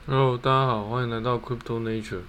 Hello，大家好，欢迎来到 Crypto Nature。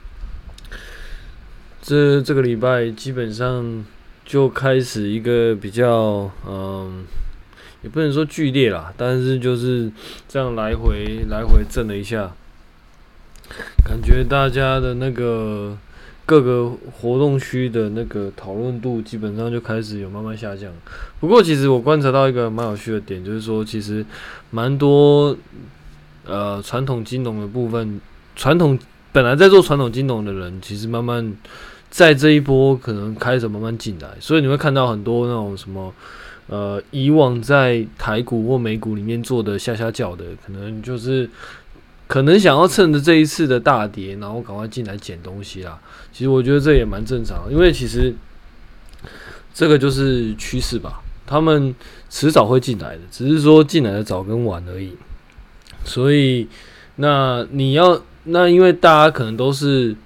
这个礼拜基本上就开始一个比较，也不能说剧烈啦，但是就是这样来回震了一下，感觉大家的那个各个活动区的那个讨论度基本上就开始有慢慢下降。不过，其实我观察到一个蛮有趣的点，就是说，其实蛮多传统金融的部分，本来在做传统金融的人，其实慢慢在这一波可能开始慢慢进来，所以你会看到很多那种什么以往在台股或美股里面做的下脚的，可能想要趁着这一次的大跌，然后赶快进来捡东西啦。其实我觉得这也蛮正常的，因为其实这个就是趋势吧，他们迟早会进来的，只是说进来的早跟晚而已。所以，那因为大家可能都是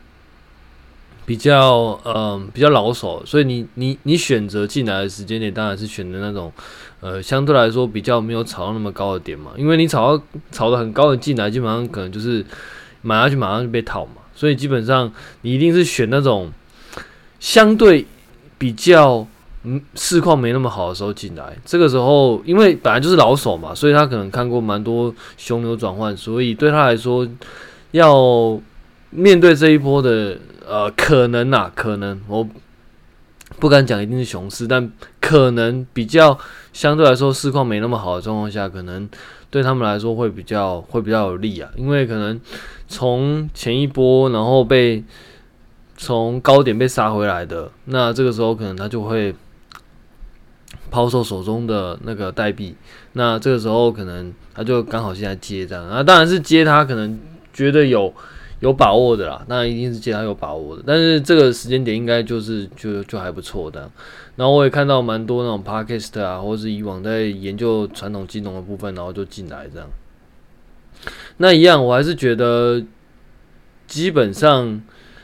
比较老手，所以你选择进来的时间点，当然是选择那种相对来说比较没有炒到那么高的点嘛。因为你炒得很高的进来，基本上可能就是买下去马上就被套嘛。所以基本上你一定是选那种相对比较市况没那么好的时候进来。这个时候因为本来就是老手嘛，所以他可能看过蛮多熊牛转换，所以对他来说要面对这一波的可能我不敢讲一定是熊市，但可能比较相对来说市况没那么好的状况下，可能对他们来说会比较有利啊，因为可能从前一波然后从高点被杀回来的，那这个时候可能他就会抛售手中的那个代币，那这个时候可能他就刚好现在接这样，那当然是接他可能觉得有把握的啦，那一定是接他有把握的，但是这个时间点应该就还不错的。然后我也看到蛮多那种 podcast 啊，或是以往在研究传统金融的部分，然后就进来这样。那一样，我还是觉得基本上，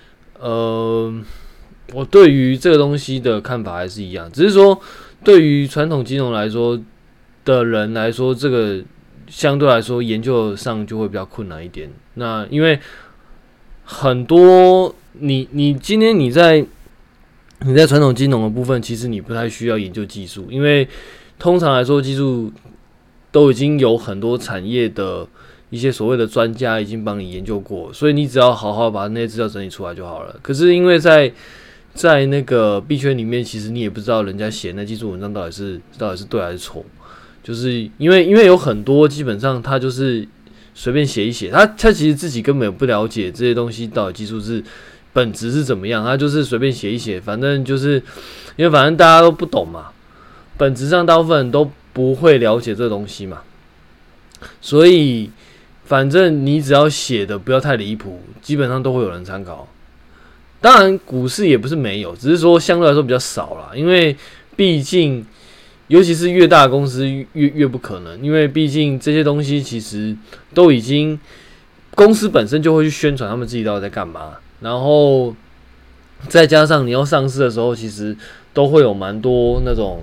我对于这个东西的看法还是一样，只是说对于传统金融来说的人来说，这个相对来说研究上就会比较困难一点。那因为很多你今天你在传统金融的部分，其实你不太需要研究技术，因为通常来说技术都已经有很多产业的一些所谓的专家已经帮你研究过，所以你只要好好把那些资料整理出来就好了。可是因为在那个币圈里面，其实你也不知道人家写那技术文章到底是对还是错，就是因为有很多基本上他就是随便写一写，他其实自己根本不了解这些东西到底技术是本质是怎么样，他就是随便写一写，反正就是因为反正大家都不懂嘛，本质上大部分人都不会了解这东西嘛，所以反正你只要写的不要太离谱，基本上都会有人参考。当然股市也不是没有，只是说相对来说比较少啦，因为毕竟尤其是越大的公司越不可能，因为毕竟这些东西其实都已经公司本身就会去宣传他们自己到底在干嘛，然后再加上你要上市的时候，其实都会有蛮多那种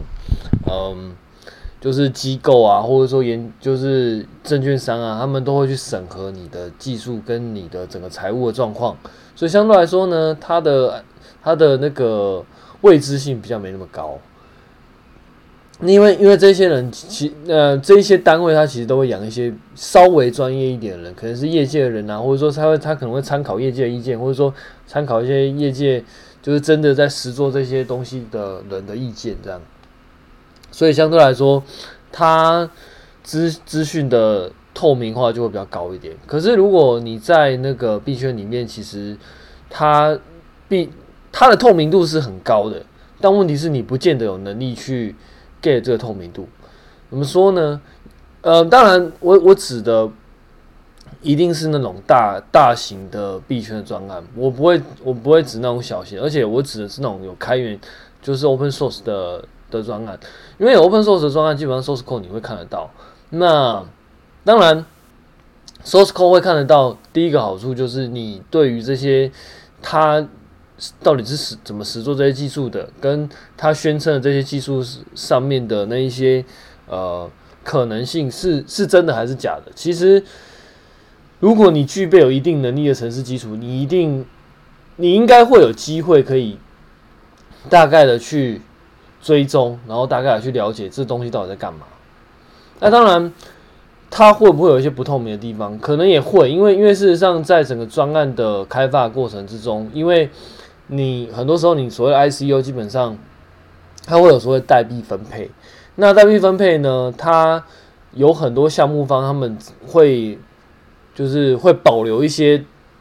就是机构啊，或者说就是证券商啊，他们都会去审核你的技术跟你的整个财务的状况，所以相对来说呢，它的那个未知性比较没那么高。因为这些人这一些单位，他其实都会养一些稍微专业一点的人，可能是业界的人啊，或者说他可能会参考业界的意见，或者说参考一些业界就是真的在实做这些东西的人的意见，这样。所以相对来说，他资讯的透明化就会比较高一点。可是如果你在那个币圈里面，其实它的透明度是很高的，但问题是你不见得有能力去 get 这个透明度。怎么说呢？当然我指的一定是那种大型的币圈的专案，我不会指那种小型，而且我指的是那种有开源，就是 open source 的专案，因为有 open source 的专案，基本上 source code 你会看得到。那当然 source code 会看得到，第一个好处就是你对于这些它到底是怎么实做这些技术的，跟他宣称的这些技术上面的那一些可能性是真的还是假的？其实如果你具备有一定能力的程式基础，你应该会有机会可以大概的去追踪，然后大概的去了解这东西到底在干嘛。那当然，它会不会有一些不透明的地方？可能也会，因为事实上在整个专案的开发过程之中，因为你很多时候你所谓的 ICO 基本上它会有所谓代币分配。那代币分配呢，它有很多项目方他们会保留一些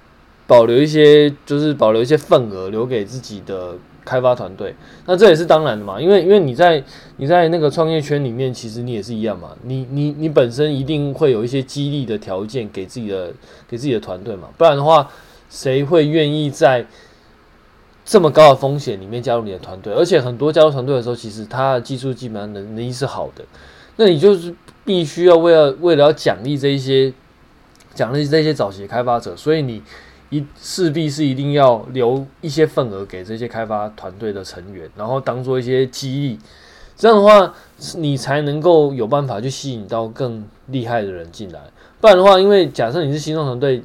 份额留给自己的开发团队。那这也是当然的嘛，因为你在那个创业圈里面，其实你也是一样嘛，你本身一定会有一些激励的条件给自己的团队嘛，不然的话，谁会愿意在这么高的风险里面加入你的团队？而且很多加入团队的时候，其实他的技术基本上能力是好的，那你就是必须要为了要奖励这些早期的开发者，所以你势必是一定要留一些份额给这些开发团队的成员，然后当做一些激励。这样的话，你才能够有办法去吸引到更厉害的人进来。不然的话，因为假设你是新创团队，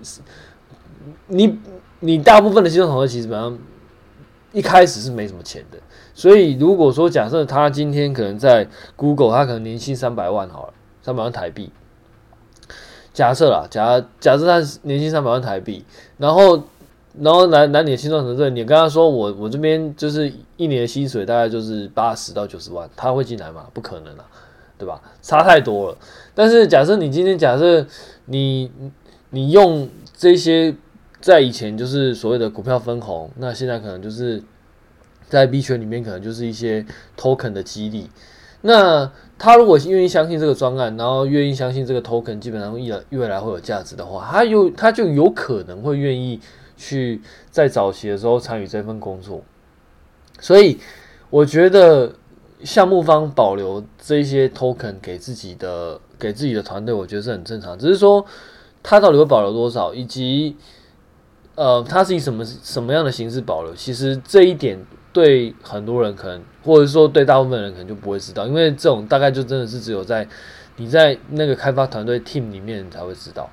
你大部分的新创团队其实本上一开始是没什么钱的，所以如果说假设他今天可能在 Google， 他可能年薪300万好了，300万台币。假设他年薪300万台币，然后来你的新创团队，你跟他说我这边就是一年的薪水大概就是80到90万，他会进来吗？不可能啊，对吧？差太多了。但是假设你今天你用这些在以前就是所谓的股票分红，那现在可能就是在 B 圈里面可能就是一些 token 的激励。那他如果愿意相信这个专案，然后愿意相信这个 token 基本上未来会有价值的话，他就有可能会愿意去在早期的时候参与这份工作。所以我觉得项目方保留这些 token 给自己的团队，我觉得是很正常。只是说他到底会保留多少，以及它是以什么样的形式保留，其实这一点对很多人可能，或者说对大部分人可能就不会知道，因为这种大概就真的是只有你在那个开发团队 team 里面才会知道。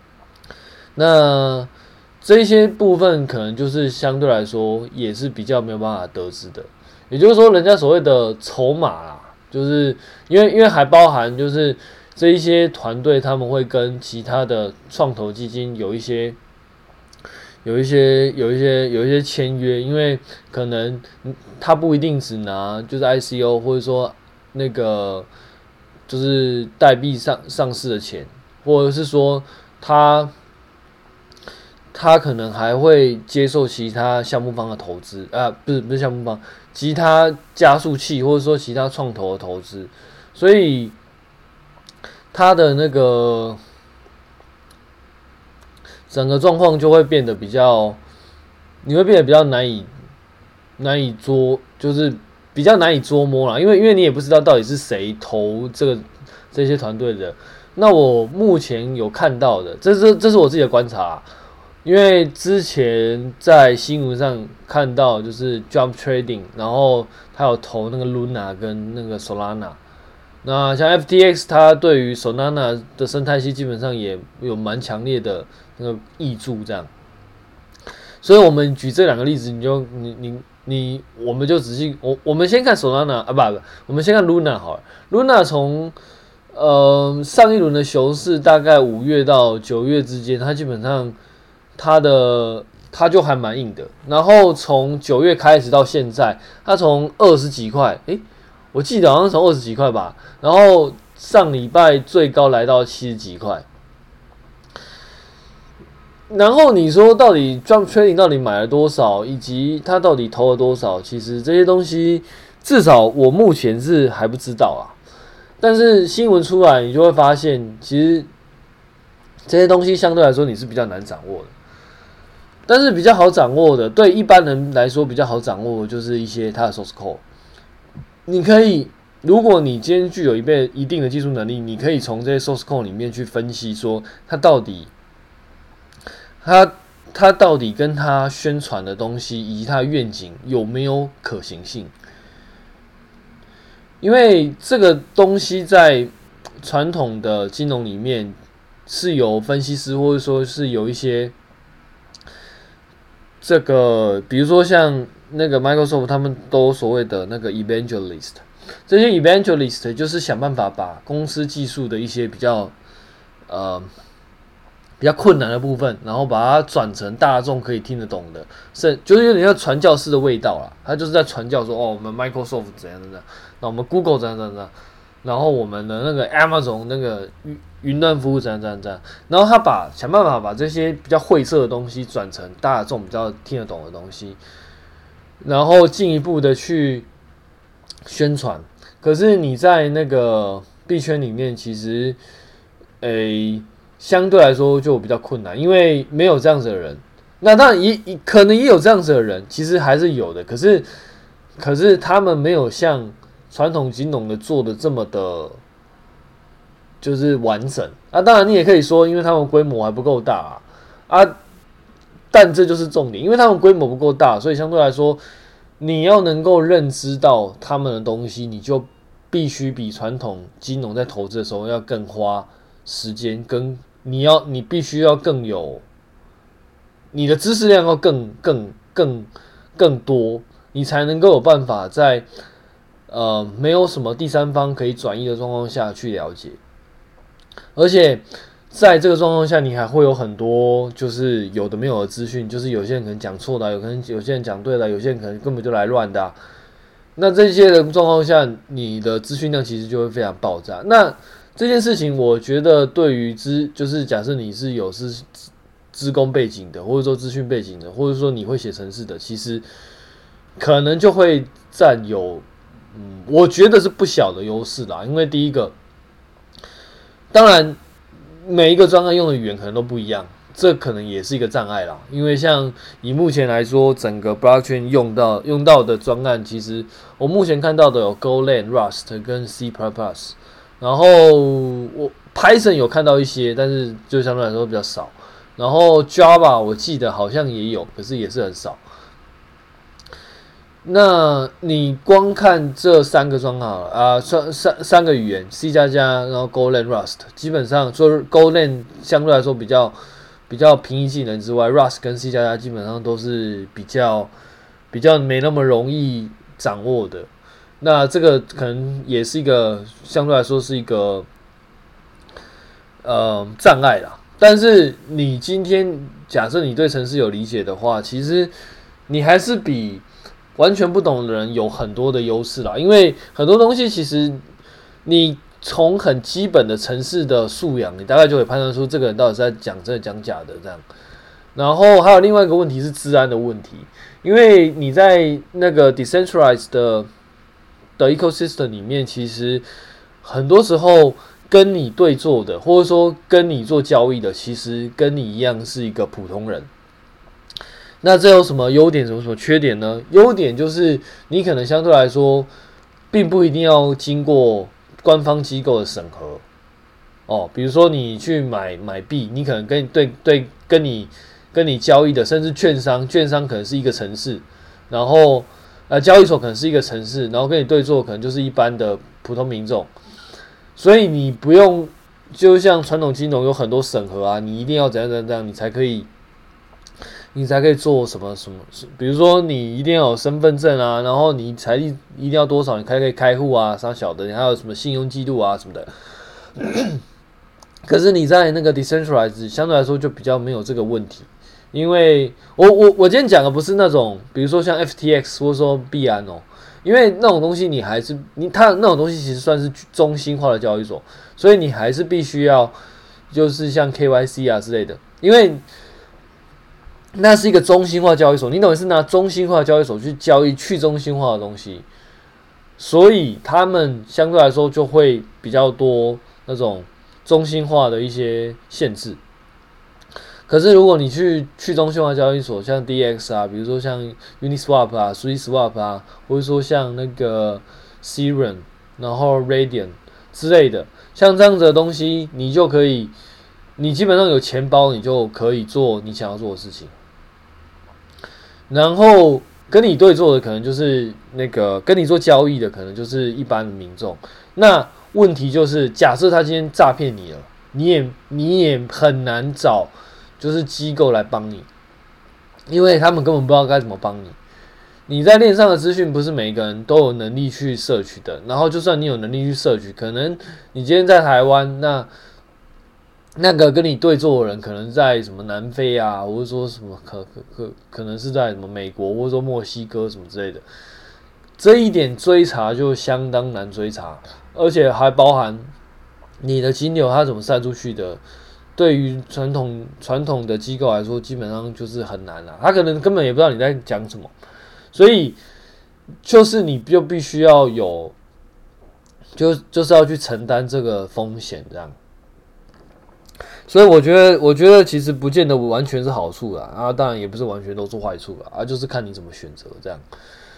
那这些部分可能就是相对来说也是比较没有办法得知的，也就是说，人家所谓的筹码啦，就是因为还包含就是这一些团队他们会跟其他的创投基金有一些签约，因为可能他不一定只拿就是 ICO 或者说那个就是代币上市的钱，或者是说他可能还会接受其他项目方的投资不是项目方，其他加速器或者说其他创投的投资，所以他的那个整个状况就会变得你会变得比较难以就是比较难以捉摸啦，因为你也不知道到底是谁投这些团队的。那我目前有看到的，这是我自己的观察，因为之前在新闻上看到就是 Jump Trading， 然后他有投那个 Luna 跟那个 Solana。那像 FTX， 它对于 Solana 的生态系基本上也有蛮强烈的那个挹注，这样。所以我们举这两个例子，我们就仔细我们先看 Solana 我们先看 Luna 好了。Luna 从上一轮的熊市大概5月到9月之间，它基本上它就还蛮硬的。然后从9月开始到现在，它从20几块，我记得好像从20几块吧，然后上礼拜最高来到70几块。然后你说到底 Jump Trading 到底买了多少，以及他到底投了多少？其实这些东西至少我目前是还不知道啊。但是新闻出来，你就会发现，其实这些东西相对来说你是比较难掌握的。但是比较好掌握的，对一般人来说比较好掌握的就是一些它的 source code。你可以，如果你今天具有一定的技术能力，你可以从这些 source code 里面去分析说它到底跟他宣传的东西以及他的愿景有没有可行性？因为这个东西在传统的金融里面， 是有分析师，或者说是有一些这个，比如说像那个 Microsoft， 他们都所谓的那个 evangelist， 这些 evangelist 就是想办法把公司技术的一些比较困难的部分，然后把它转成大众可以听得懂的，就是有点像传教士的味道啦。他就是在传教说，哦，我们 Microsoft 怎样怎样，那我们 Google 怎样怎样，然后我们的那个 Amazon 那个云端服务怎样怎样怎样，然后他想办法把这些比较晦涩的东西转成大众比较听得懂的东西，然后进一步的去宣传。可是你在那个币圈里面，其实，相对来说就比较困难，因为没有这样子的人。那当然可能也有这样子的人，其实还是有的。可是他们没有像传统金融的做的这么的，就是完整啊。当然你也可以说，因为他们规模还不够大啊，但这就是重点，因为他们规模不够大，所以相对来说，你要能够认知到他们的东西，你就必须比传统金融在投资的时候要更花时间，跟你必须要更有，你的知识量要更多，你才能够有办法在没有什么第三方可以转移的状况下去了解，而且在这个状况下，你还会有很多就是有的没有的资讯，就是有些人可能讲错的，有些人讲对的，有些人可能根本就来乱的那这些的状况下，你的资讯量其实就会非常爆炸。那这件事情，我觉得对于就是假设你是有资工背景的，或者说资讯背景的，或者说你会写程式的，其实可能就会占有，我觉得是不小的优势啦。因为第一个，当然每一个专案用的语言可能都不一样，这可能也是一个障碍啦。因为像以目前来说，整个 blockchain 用到的专案，其实我目前看到的有 Golang、Rust 跟 C++。然后我 Python 有看到一些，但是就相对来说比较少。然后 Java 我记得好像也有，可是也是很少。那你光看这三个专好了三个语言 C++， 然后 Golang、Rust， 基本上说 Golang 相对来说比较平易近人之外 ，Rust 跟 C++ 基本上都是比较没那么容易掌握的。那这个可能也是一个相对来说是一个障碍啦。但是你今天假设你对程式有理解的话，其实你还是比完全不懂的人有很多的优势啦。因为很多东西其实你从很基本的程式的素养，你大概就可以判断出这个人到底是在讲真的讲假的这样。然后还有另外一个问题是治安的问题，因为你在那个 decentralized 的 ecosystem 里面，其实很多时候跟你对做的，或者说跟你做交易的，其实跟你一样是一个普通人。那这有什么优点，什么缺点呢？优点就是你可能相对来说，并不一定要经过官方机构的审核哦。比如说你去买币，你可能跟你交易的，甚至券商可能是一个城市，然后交易所可能是一个城市，然后跟你对做可能就是一般的普通民众，所以你不用就像传统金融有很多审核啊，你一定要怎样，你才可以做什么，比如说你一定要有身份证啊，然后你财力一定要多少，你才可以开户啊，啥小的，你还有什么信用记录啊什么的。可是你在那个 decentralized 相对来说就比较没有这个问题。因为我今天讲的不是那种，比如说像 FTX 或者说币安哦，因为那种东西它那种东西其实算是中心化的交易所，所以你还是必须要就是像 KYC 啊之类的，因为那是一个中心化交易所，你等于是拿中心化交易所去交易去中心化的东西，所以他们相对来说就会比较多那种中心化的一些限制。可是如果你去中心化交易所，像 DX 啊，比如说像 Uniswap 啊、SuiSwap 啊，或者说像那个 Serum， 然后 Radiant 之类的，像这样子的东西，你就可以，你基本上有钱包，你就可以做你想要做的事情。然后跟你对做的可能就是那个跟你做交易的可能就是一般的民众。那问题就是，假设他今天诈骗你了。 你也很难找就是机构来帮你，因为他们根本不知道该怎么帮你。你在链上的资讯不是每一个人都有能力去摄取的，然后就算你有能力去摄取，可能你今天在台湾，那个跟你对坐的人可能在什么南非啊，或者说什么可能是在什么美国，或者说墨西哥什么之类的，这一点追查就相当难追查，而且还包含你的金流它怎么散出去的。对于传统的机构来说，基本上就是很难啦，他可能根本也不知道你在讲什么，所以就是你就必须要有，就是要去承担这个风险这样。所以我觉得其实不见得完全是好处啦，啊，当然也不是完全都是坏处啦，啊，就是看你怎么选择这样。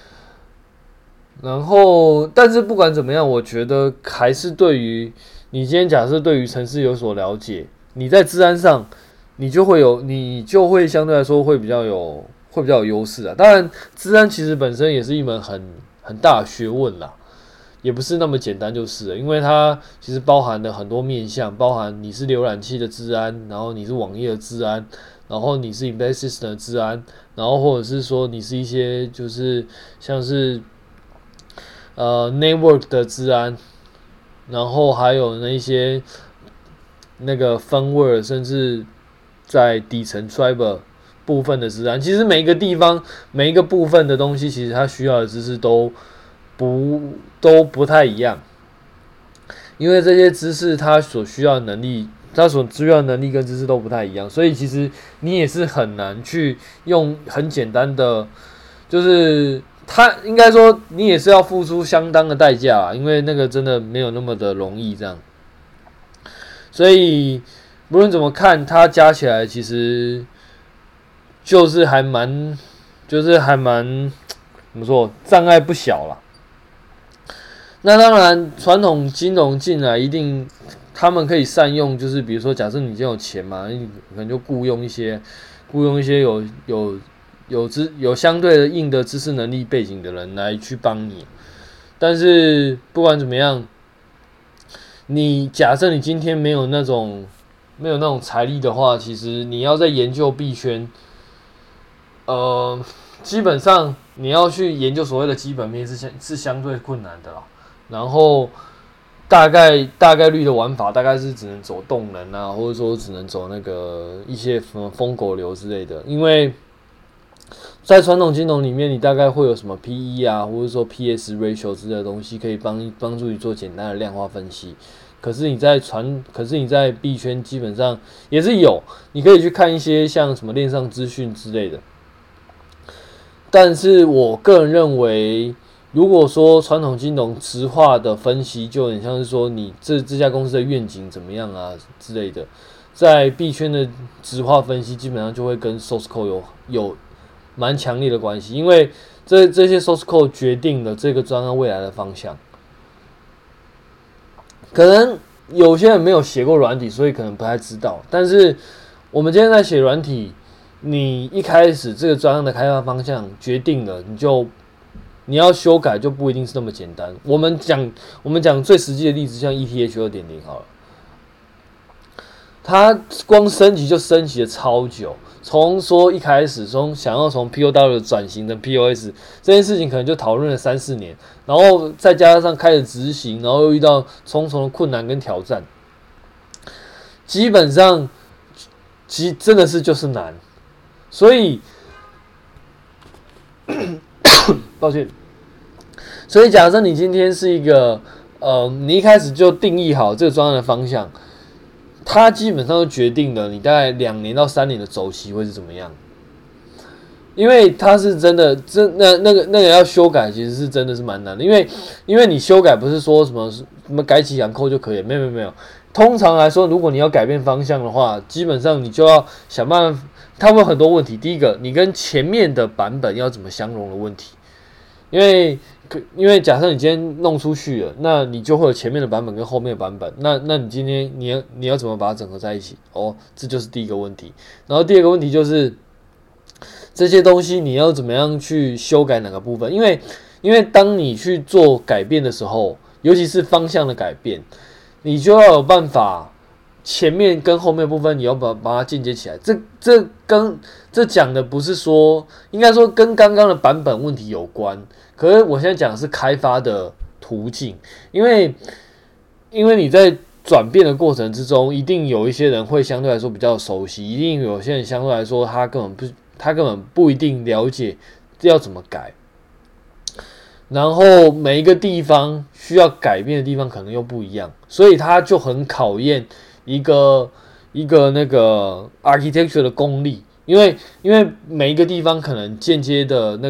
然后，但是不管怎么样，我觉得还是对于你今天假设对于城市有所了解，你在治安上，你就会相对来说会比较有优势啊。当然，治安其实本身也是一门很大的学问啦。也不是那么简单就是了，因为它其实包含了很多面向，包含你是浏览器的治安，然后你是网页的治安，然后你是 embedded system 的治安，然后或者是说你是一些就是像是network 的治安，然后还有那一些那个 firmware， 甚至在底层 driver 部分的治安，其实每一个地方每一个部分的东西，其实它需要的知识都不太一样，因为这些知识它所需要的能力，它所需要的能力跟知识都不太一样，所以其实你也是很难去用很简单的，就是它应该说你也是要付出相当的代价啦，因为那个真的没有那么的容易这样，所以不论怎么看，它加起来其实就是还蛮怎么说，障碍不小啦。那当然，传统金融进来一定，他们可以善用，就是比如说，假设你今天有钱嘛，你可能就雇佣一些有相对的硬的知识能力背景的人来去帮你。但是不管怎么样，你假设你今天没有那种财力的话，其实你要在研究币圈，基本上你要去研究所谓的基本面是相对困难的啦。然后大概率的玩法大概是只能走动能啊，或者说只能走那个一些什么疯狗流之类的，因为在传统金融里面，你大概会有什么 PE 啊，或者说 PS ratio 之类的东西，可以帮助你做简单的量化分析。可是你在币圈基本上也是有，你可以去看一些像什么链上资讯之类的。但是我个人认为，如果说传统金融直化的分析，就很像是说你这家公司的愿景怎么样啊之类的，在币圈的直化分析基本上就会跟 source code 有蛮强烈的关系，因为这些 source code 决定了这个专案未来的方向。可能有些人没有写过软体，所以可能不太知道。但是我们今天在写软体，你一开始这个专案的开发方向决定了，你要修改就不一定是那么简单。我们讲最实际的例子，像 ETH 2.0 好了，它光升级就升级了超久。从说一开始想要从 POW 转型成 POS 这件事情，可能就讨论了3-4年，然后再加上开始执行，然后又遇到重重的困难跟挑战，基本上其实真的是就是难。所以抱歉。所以假设你今天是一个你一开始就定义好这个专案的方向，它基本上就决定了你大概2年到3年的周期会是怎么样。因为它是真的，那个要修改，其实是真的是蛮难的。因为你修改不是说什么改起阳扣就可以，没有。通常来说，如果你要改变方向的话，基本上你就要想办法。它会有很多问题。第一个，你跟前面的版本要怎么相容的问题。因为假设你今天弄出去了，那你就会有前面的版本跟后面的版本。那你今天你要怎么把它整合在一起？这就是第一个问题。然后第二个问题就是这些东西你要怎么样去修改哪个部分？因为当你去做改变的时候，尤其是方向的改变，你就要有办法前面跟后面部分你要把它间接起来。这讲的不是说，应该说跟刚刚的版本问题有关。可是我现在讲的是开发的途径，因为你在转变的过程之中，一定有一些人会相对来说比较熟悉，一定有些人相对来说他根本不一定了解要怎么改。然后每一个地方需要改变的地方可能又不一样，所以它就很考验一个那个 architecture 的功力，因为每一个地方可能间接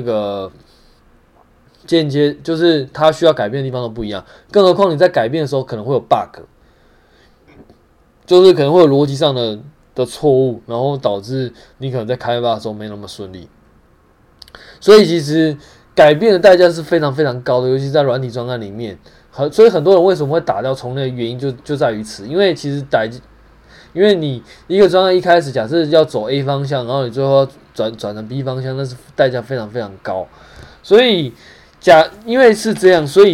就是它需要改变的地方都不一样，更何况你在改变的时候可能会有 bug， 就是可能会有逻辑上的错误，然后导致你可能在开发的时候没那么顺利，所以其实改变的代价是非常非常高的，尤其在软体专案里面。所以很多人为什么会打掉重练的原因就在于此，因为其实因为你一个专案一开始假设要走 A 方向，然后你最后要转成 B 方向，那是代价非常非常高。所以因为是这样，所以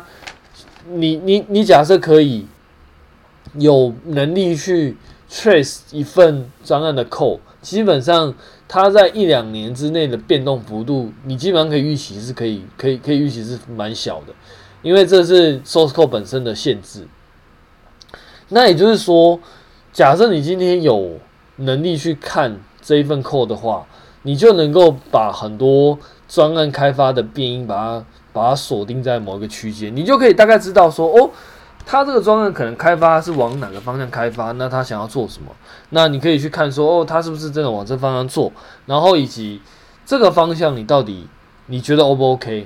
你假设可以有能力去 trace 一份专案的 code， 基本上它在1-2年之内的变动幅度，你基本上可以预期是可以预期是蛮小的，因为这是 source code 本身的限制。那也就是说，假设你今天有能力去看这一份 code 的话，你就能够把很多专案开发的变因把它锁定在某一个区间，你就可以大概知道说，哦，他这个专案可能开发是往哪个方向开发，那他想要做什么？那你可以去看说，哦，他是不是真的往这方向做？然后以及这个方向你觉得 O 不 OK？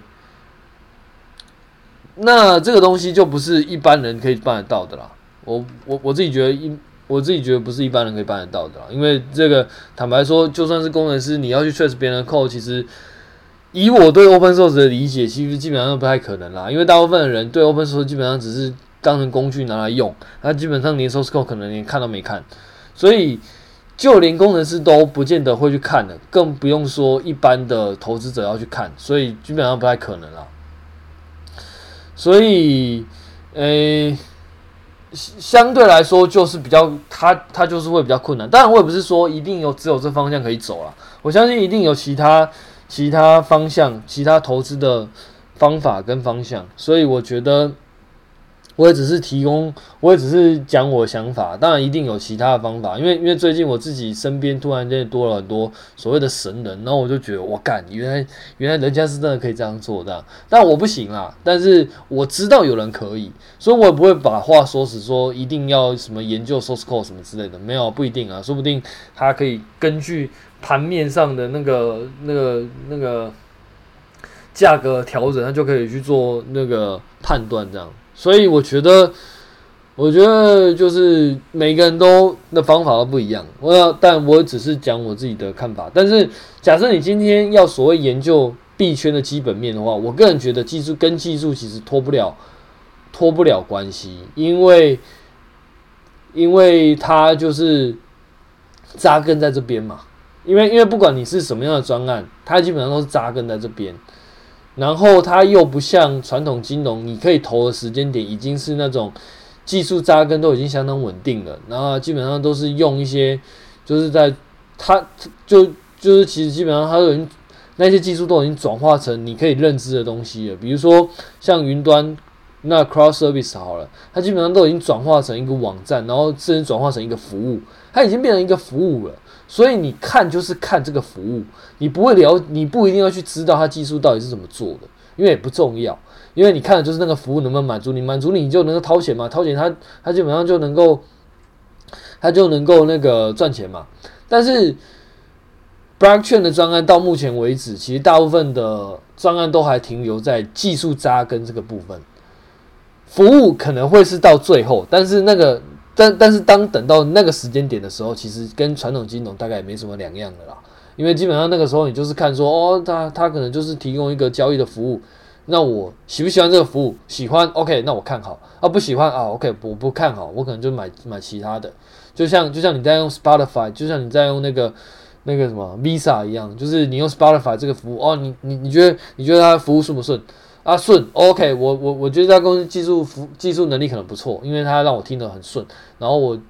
那这个东西就不是一般人可以办得到的啦。我自己觉得不是一般人可以办得到的啦，因为这个坦白说，就算是工程师，你要去 trace 别人的 code， 其实以我对 open source 的理解，其实基本上都不太可能啦，因为大部分的人对 open source 基本上只是当成工具拿来用，他基本上连 source code 可能连看都没看，所以就连工程师都不见得会去看的，更不用说一般的投资者要去看，所以基本上不太可能啦。所以，相对来说就是比较，它就是会比较困难。当然，我也不是说一定只有这方向可以走啦，我相信一定有其他方向、其他投资的方法跟方向。所以我觉得，我也只是讲我的想法，当然一定有其他的方法，因为最近我自己身边突然间多了很多所谓的神人，然后我就觉得我干，原来人家是真的可以这样做的，但我不行啦，但是我知道有人可以，所以我也不会把话说死，说一定要什么研究 source code 什么之类的，没有，不一定啊，说不定他可以根据盘面上的那个价格调整，他就可以去做那个判断这样。所以我觉得就是每个人的方法都不一样。但我只是讲我自己的看法。但是假设你今天要所谓研究币圈的基本面的话，我个人觉得技术其实脱不了关系，因为它就是扎根在这边嘛。因为不管你是什么样的专案，它基本上都是扎根在这边。然后它又不像传统金融，你可以投的时间点已经是那种技术扎根都已经相当稳定了，然后基本上都是用一些就是在它就是其实基本上它都已经那些技术都已经转化成你可以认知的东西了，比如说像云端那 Cloud Service 好了，它基本上都已经转化成一个网站，然后甚至转化成一个服务，它已经变成一个服务了。所以你看就是看这个服务，你不一定要去知道它技术到底是怎么做的，因为也不重要，因为你看的就是那个服务能不能满足你，你就能够掏钱嘛，掏钱它基本上就能够那个赚钱嘛。但是 Blockchain 的专案到目前为止，其实大部分的专案都还停留在技术扎根这个部分，服务可能会是到最后，但是当等到那个时间点的时候，其实跟传统金融大概也没什么两样的啦。因为基本上那个时候你就是看说，哦，他可能就是提供一个交易的服务，那我喜不喜欢这个服务？喜欢 ，OK， 那我看好啊；不喜欢啊 ，OK， 我不看好，我可能就买其他的。就像你在用 Spotify， 就像你在用那个什么 Visa 一样，就是你用 Spotify 这个服务，哦，你觉得它的服务顺不顺？啊，顺 ，OK， 我觉得这家公司技术能力可能不错，因为它让我听得很顺，然后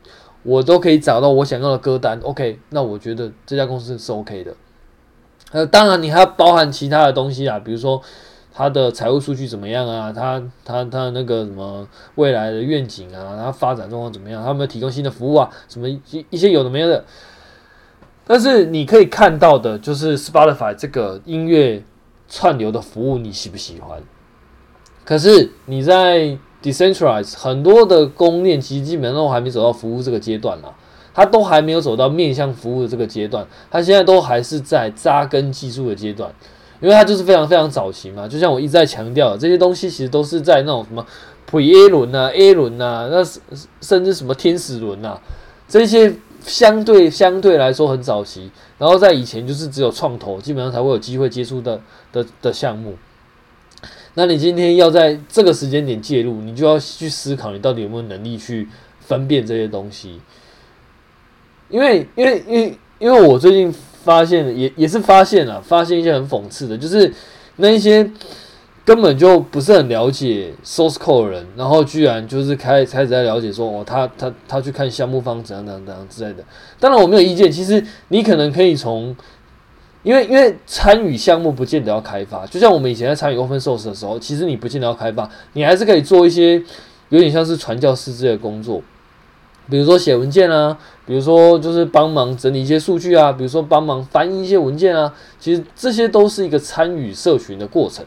我都可以找到我想要的歌单 ，OK， 那我觉得这家公司是 OK 的。当然你还要包含其他的东西啊，比如说它的财务数据怎么样啊，它那个什么未来的愿景啊，它发展状况怎么样，它有没有提供新的服务啊，什么一些有的没的。但是你可以看到的就是 Spotify 这个音乐串流的服务，你喜不喜欢？可是你在 Decentralize 很多的公链其实基本上都还没走到服务这个阶段啦，它都还没有走到面向服务的这个阶段，它现在都还是在扎根技术的阶段，因为它就是非常非常早期嘛。就像我一直在强调的，这些东西其实都是在那种什么 Pre-A 轮啊、A 轮啊，那甚至什么天使轮啊，这些相对来说很早期，然后在以前就是只有创投基本上才会有机会接触的项目。那你今天要在这个时间点介入，你就要去思考你到底有没有能力去分辨这些东西。因为我最近发现也是发现一些很讽刺的，就是那一些根本就不是很了解 source code 的人，然后居然就是开始在了解说他去看项目方怎样之类的。当然我没有意见，其实你可能可以从因为参与项目不见得要开发，就像我们以前在参与 open source 的时候，其实你不见得要开发，你还是可以做一些有点像是传教士之类的工作，比如说写文件啊，比如说就是帮忙整理一些数据啊，比如说帮忙翻译一些文件啊，其实这些都是一个参与社群的过程。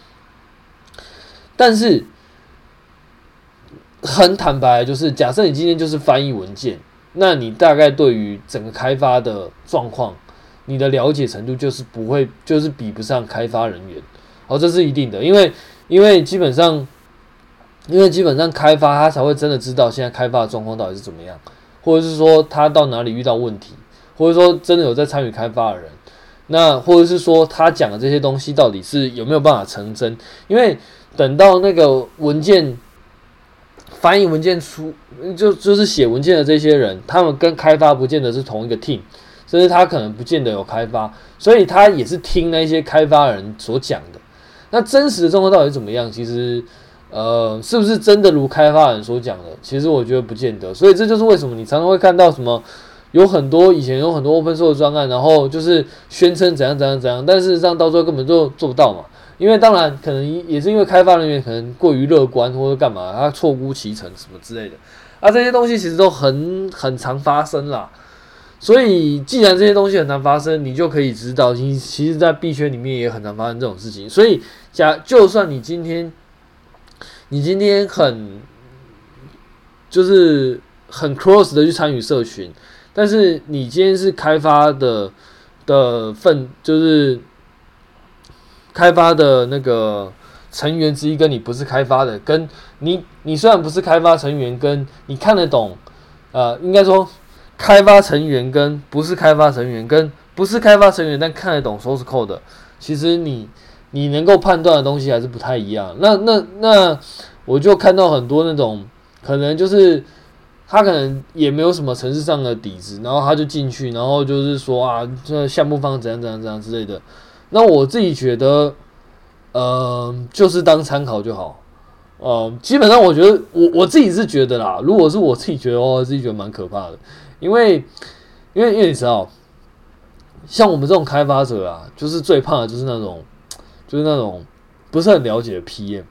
但是很坦白，就是假设你今天就是翻译文件，那你大概对于整个开发的状况，你的了解程度就是不会，就是比不上开发人员。这是一定的，因为基本上开发他才会真的知道现在开发的状况到底是怎么样，或者是说他到哪里遇到问题，或者说真的有在参与开发的人，那或者是说他讲的这些东西到底是有没有办法成真？因为等到那个文件翻译文件就是写文件的这些人，他们跟开发不见得是同一个 team， 甚至他可能不见得有开发，所以他也是听那些开发人所讲的。那真实的状况到底怎么样？其实，是不是真的如开发人所讲的？其实我觉得不见得。所以这就是为什么你常常会看到什么以前有很多 open source 的专案，然后就是宣称怎样，但事实上到最后根本就做不到嘛。因为当然可能也是因为开发人员可能过于乐观或者干嘛，他错估其成什么之类的。这些东西其实都很常发生啦。所以，既然这些东西很常发生，你就可以知道，其实，在币圈里面也很常发生这种事情。所以，就算你今天就是很 close 的去参与社群，但是你今天是开发就是开发的那个成员之一，跟你不是开发的，跟你虽然不是开发成员，跟你看得懂，应该说。开发成员跟不是开发成员，跟不是开发成员但看得懂 source code 的，其实你能够判断的东西还是不太一样。那我就看到很多那种可能就是他可能也没有什么程式上的底子，然后他就进去，然后就是说这项目方怎样之类的。那我自己觉得，就是当参考就好。基本上我觉得我自己是觉得啦，如果是我自己觉得我自己觉得蛮可怕的。因为你知道，像我们这种开发者啊，就是最怕的就是那种不是很了解的 PM，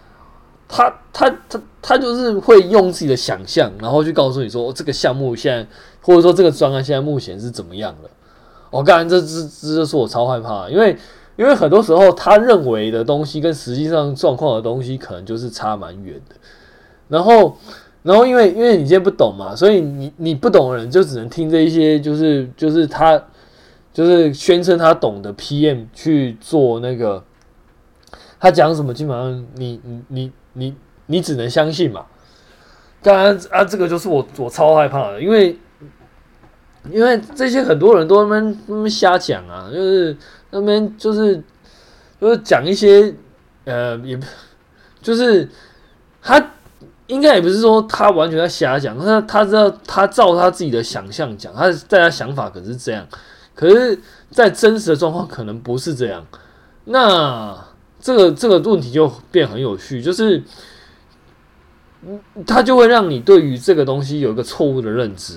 他就是会用自己的想象，然后去告诉你说，这个项目现在或者说这个专案现在目前是怎么样的。当然这就是我超害怕的，因为很多时候他认为的东西跟实际上状况的东西可能就是差蛮远的，然后因为你今天不懂嘛，所以你不懂的人就只能听这一些，就是他就是宣称他懂的 PM 去做那个，他讲什么基本上你只能相信嘛。当然这个就是我超害怕的，因为这些很多人都在那边瞎讲啊，就是那边就是讲一些也就是他。应该也不是说他完全在瞎讲，他知道他照他自己的想象讲，他在他想法可是这样，可是，在真实的状况可能不是这样。那这个问题就变很有趣，就是它就会让你对于这个东西有一个错误的认知。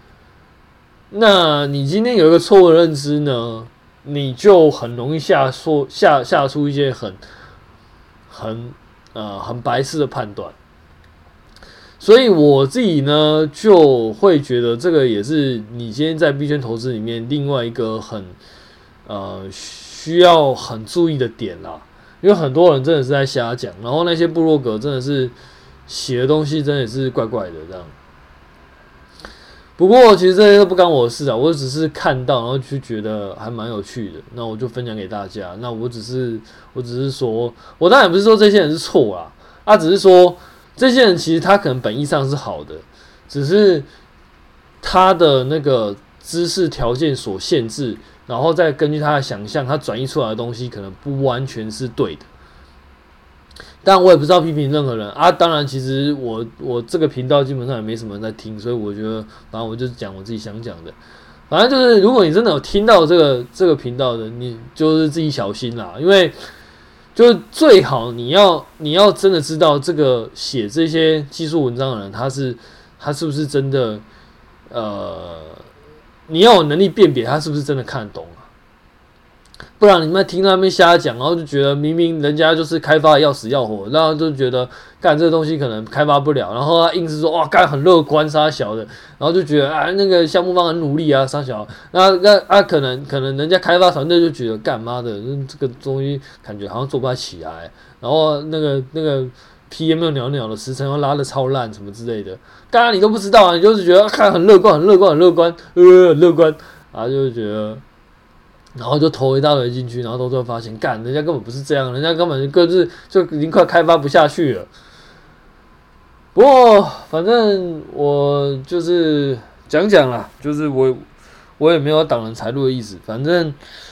那你今天有一个错误的认知呢，你就很容易下出一些很白痴的判断。所以我自己呢就会觉得这个也是你今天在币圈投资里面另外一个需要很注意的点啦。因为很多人真的是在瞎讲，然后那些部落格真的是写的东西真的是怪怪的这样。不过其实这些都不干我的事啊，我只是看到然后就觉得还蛮有趣的，那我就分享给大家。那我只是说，我当然不是说这些人是错啦，只是说这些人其实他可能本意上是好的，只是他的那个知识条件所限制，然后再根据他的想象，他转译出来的东西可能不完全是对的。但我也不知道批评任何人啊。当然，其实我这个频道基本上也没什么人在听，所以我觉得，反正我就讲我自己想讲的。反正就是，如果你真的有听到这个频道的，你就是自己小心啦，因为就是最好你要真的知道这个写这些技术文章的人，他是不是真的你要有能力辨别他是不是真的看得懂。不然你们听那边瞎讲，然后就觉得明明人家就是开发的要死要活，然后就觉得干这个东西可能开发不了，然后他硬是说哇干很乐观杀小的，然后就觉得那个项目方很努力啊杀小，那可能人家开发团队就觉得干妈的这个东西感觉好像做不太起来，然后那个 PM 又袅袅的时程又拉的超烂什么之类的，刚刚你都不知道啊，你就是觉得看很乐观很乐观啊，就是觉得。然后就投一大堆进去，然后都会发现，干，人家根本不是这样，人家根本就已经快开发不下去了。不过，反正我就是讲啦，就是我也没有挡人财路的意思，反正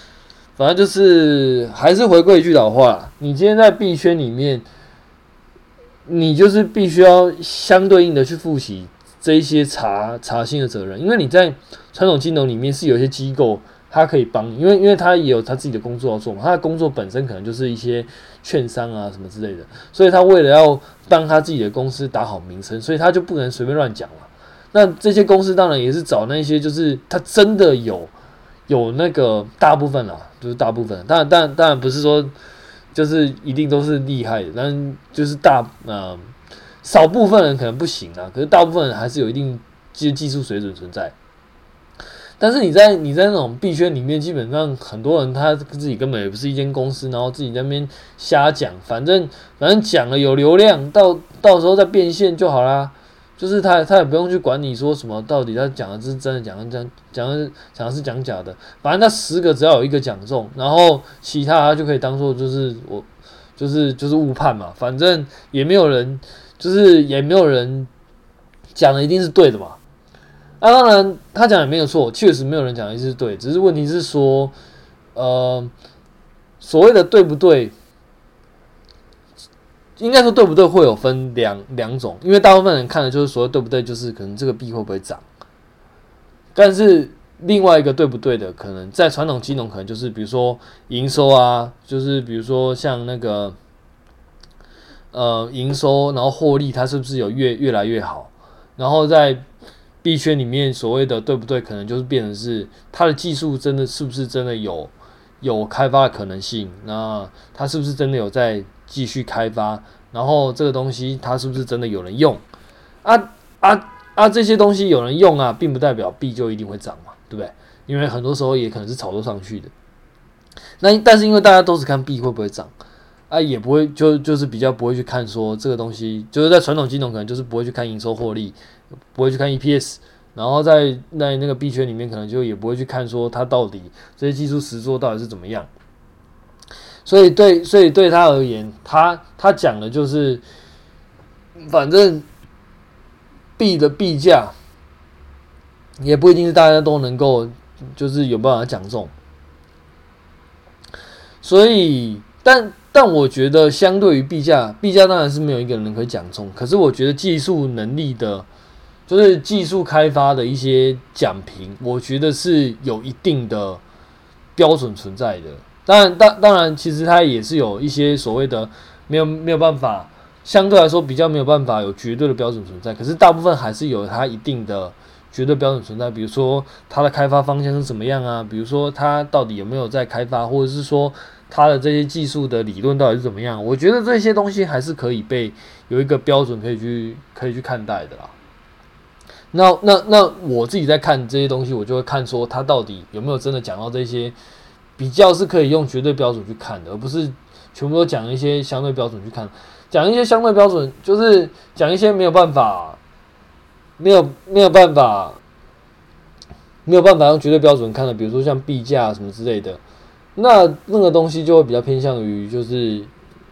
就是还是回归一句老话啦，你今天在币圈里面，你就是必须要相对应的去负起这一些查薪的责任，因为你在传统金融里面是有一些机构。他可以帮你，因为他也有他自己的工作要做嘛，他的工作本身可能就是一些券商啊什么之类的，所以他为了要帮他自己的公司打好名声，所以他就不能随便乱讲嘛。那这些公司当然也是找那些就是他真的有那个大部分啦，就是大部分，当然不是说就是一定都是厉害的，但就是少部分人可能不行啊，可是大部分人还是有一定技术水准存在。但是你在那种币圈里面，基本上很多人他自己根本也不是一间公司，然后自己在那边瞎讲，反正讲了有流量，到时候再变现就好啦。就是他也不用去管你说什么，到底他讲的是真的讲的是讲假的，反正那10个只要有1个讲中，然后其他就可以当做就是误判嘛，反正也没有人讲的一定是对的嘛。当然，他讲也没有错，确实没有人讲的是对，只是问题是说，所谓的对不对，应该说对不对会有分两种，因为大部分人看的就是所谓对不对，就是可能这个币会不会涨，但是另外一个对不对的，可能在传统金融可能就是比如说营收啊，就是比如说像那个营收，然后获利它是不是有越来越好，然后在币圈里面所谓的对不对，可能就是变成是它的技术真的是不是真的有开发的可能性，那它是不是真的有在继续开发，然后这个东西它是不是真的有人用这些东西有人用啊，并不代表币就一定会涨嘛，对不对？因为很多时候也可能是炒作上去的。但是因为大家都是看币会不会涨也不会就是比较不会去看说这个东西，就是在传统金融可能就是不会去看营收获利，不会去看 EPS， 然后在那个币圈里面可能就也不会去看说它到底这些技术实作到底是怎么样。所以对他而言，他讲的就是反正币的币价也不一定是大家都能够就是有办法讲中，所以但我觉得相对于币价当然是没有一个人可以讲中，可是我觉得技术能力的，就是技术开发的一些讲评，我觉得是有一定的标准存在的。当然，其实它也是有一些所谓的没有办法相对来说比较没有办法有绝对的标准存在，可是大部分还是有它一定的绝对标准存在。比如说它的开发方向是怎么样啊？比如说它到底有没有在开发，或者是说它的这些技术的理论到底是怎么样？我觉得这些东西还是可以被有一个标准可以去看待的啦。那我自己在看这些东西，我就会看说它到底有没有真的讲到这些比较是可以用绝对标准去看的，而不是全部都讲一些相对标准去看。讲一些相对标准，就是讲一些没有办法用绝对标准看的，比如说像币价什么之类的，那个东西就会比较偏向于就是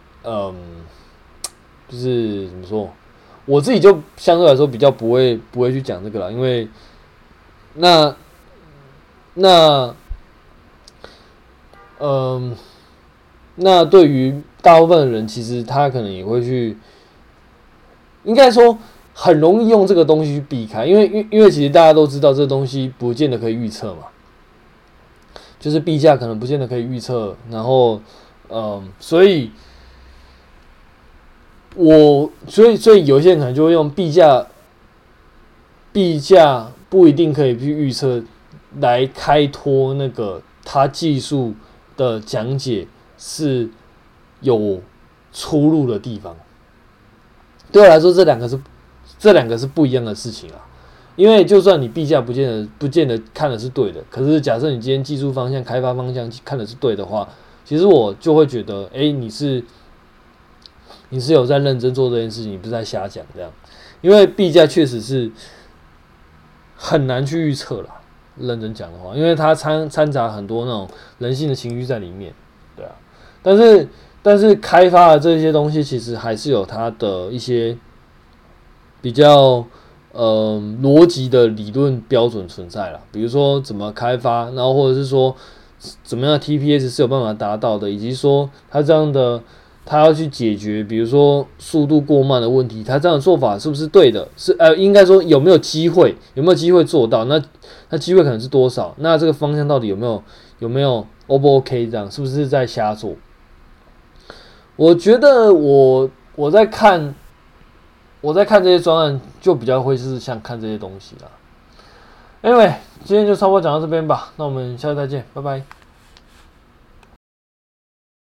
就是怎么说，我自己就相对来说比较不会去讲这个啦，因为那那对于大部分的人，其实他可能也会去，应该说很容易用这个东西去避开，因为其实大家都知道这个东西不见得可以预测嘛，就是币价可能不见得可以预测，然后所以有些人可能就会用币价不一定可以去预测来开脱那个他技术的讲解是有出入的地方。对我来说，这两个是不一样的事情啊。因为就算你币价不见得看的是对的，可是假设你今天技术方向、开发方向看的是对的话，其实我就会觉得，你是有在认真做这件事情，你不是在瞎讲这样。因为币价确实是很难去预测啦，认真讲的话，因为它掺杂很多那种人性的情绪在里面，对啊。但是开发的这些东西，其实还是有它的一些比较逻辑的理论标准存在啦，比如说怎么开发，然后或者是说怎么样的 TPS 是有办法达到的，以及说它这样的他要去解决，比如说速度过慢的问题，他这样的做法是不是对的？是应该说有没有机会做到？那机会可能是多少？那这个方向到底有没有 O 不 OK？ 这样是不是在瞎做？我觉得我在看这些专案，就比较会是像看这些东西啦。Anyway， 今天就差不多讲到这边吧，那我们下次再见，拜拜。